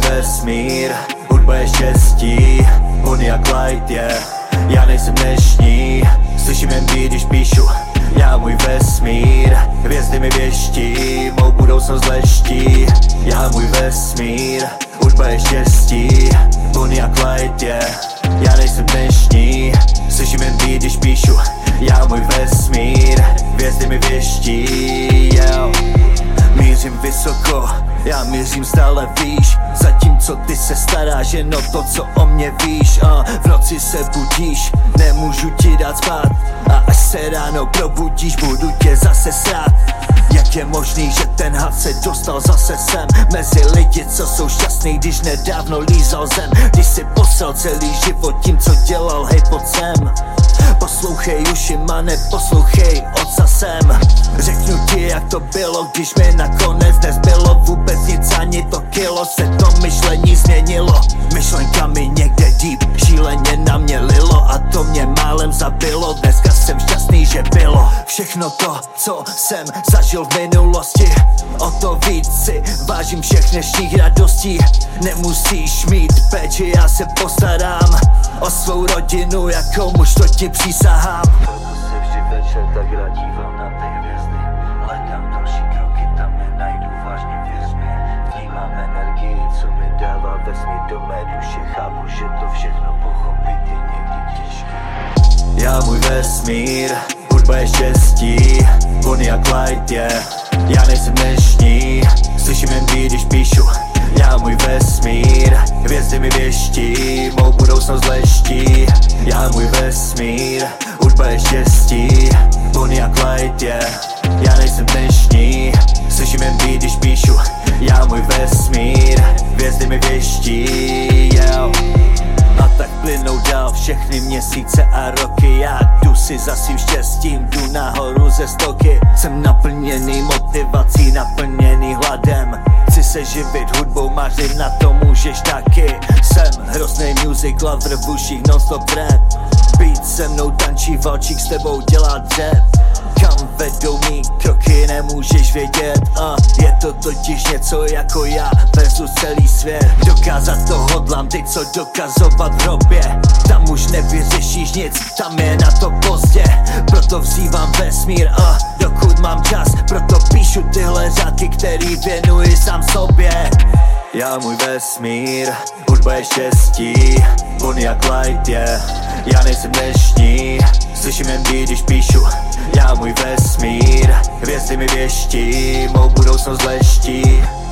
vesmír, hudba je štěstí, Bonnie a Clyde je. Já nejsem dnešní, slyším jen beat, když píšu. Já můj vesmír, hvězdy mi věští, mou budoucnost leští. Já můj vesmír, hudba je štěstí, Bonnie a Clyde je. Já nejsem dnešní, slyším jen beat, když píšu. Já můj vesmír, hvězdy mi věští, yeah. Mířím vysoko, já mířím stále výš, zatímco ty se staráš jen o to, co o mě víš. V noci se budíš, nemůžu ti dát spát, a až se ráno probudíš, budu tě zase srát. Jak je možný, že ten had se dostal zase sem mezi lidi, co jsou šťastný, když nedávno lízal zem. Když si posel celý život tím, co dělal, hej, pojď sem. Poslouchej uši, ma, neposlouchej otca sem. Řeknu ti, jak to bylo, když mi nakonec nezbylo vůbec nic, ani to kilo. Se to myšlení změnilo, myšlenkami někde deep, šíleně na mě lilo a to mě málem zabilo. Dneska jsem šťastný, že bylo všechno to, co jsem zažil v minulosti. O to víc si vážím všech dnešních radostí. Nemusíš mít péči, já se postarám o svou rodinu, jako muž, to ti přísahám. Proto se vždy večer tak rád dívám na ty hvězdy. Hledám další kroky, tam nenajdu, vážně věř mi. Vnímám energii, co mi dává vesmír do mé duše. Chápu, že to všechno pochopit je někdy těžké. Já můj vesmír, hudba je štěstí, Bonnie a Clyde je. Já nejsem dnešní, slyším jen beat, když píšu. Já můj vesmír, hvězdy mi věští, mou budoucnost leští. Já můj vesmír, hudba je štěstí, Bonnie a Clyde je. Já nejsem dnešní, slyším jen beat, když píšu. Já můj vesmír, hvězdy mi věští, yeah. A tak plynou dál všechny měsíce a roky. Já jdu si za svým štěstím, jdu nahoru ze stoky. Jsem naplněný motivací, naplněný hladem. Chci se živit hudbou, mařit na to můžeš taky. Jsem hrozný music lover, v uších non-stop rap. Beat se mnou tančí, valčík s tebou dělá dřep. Kam vedou mý kroky, nemůžeš vědět. Je to totiž něco jako já versus celý svět. Dokázat to hodlám, teď co dokazovat v hrobě. Tam už nevyřešíš nic, tam je na to pozdě. Proto vzývám vesmír, dokud mám čas. Proto píšu tyhle řádky, který věnuji sám sobě. Já můj vesmír, hudba je štěstí, Bonnie a Clyde je. Já nejsem dnešní, slyším jen beat, když píšu. Já můj vesmír, hvězdy mi věští, mou budoucnost leští.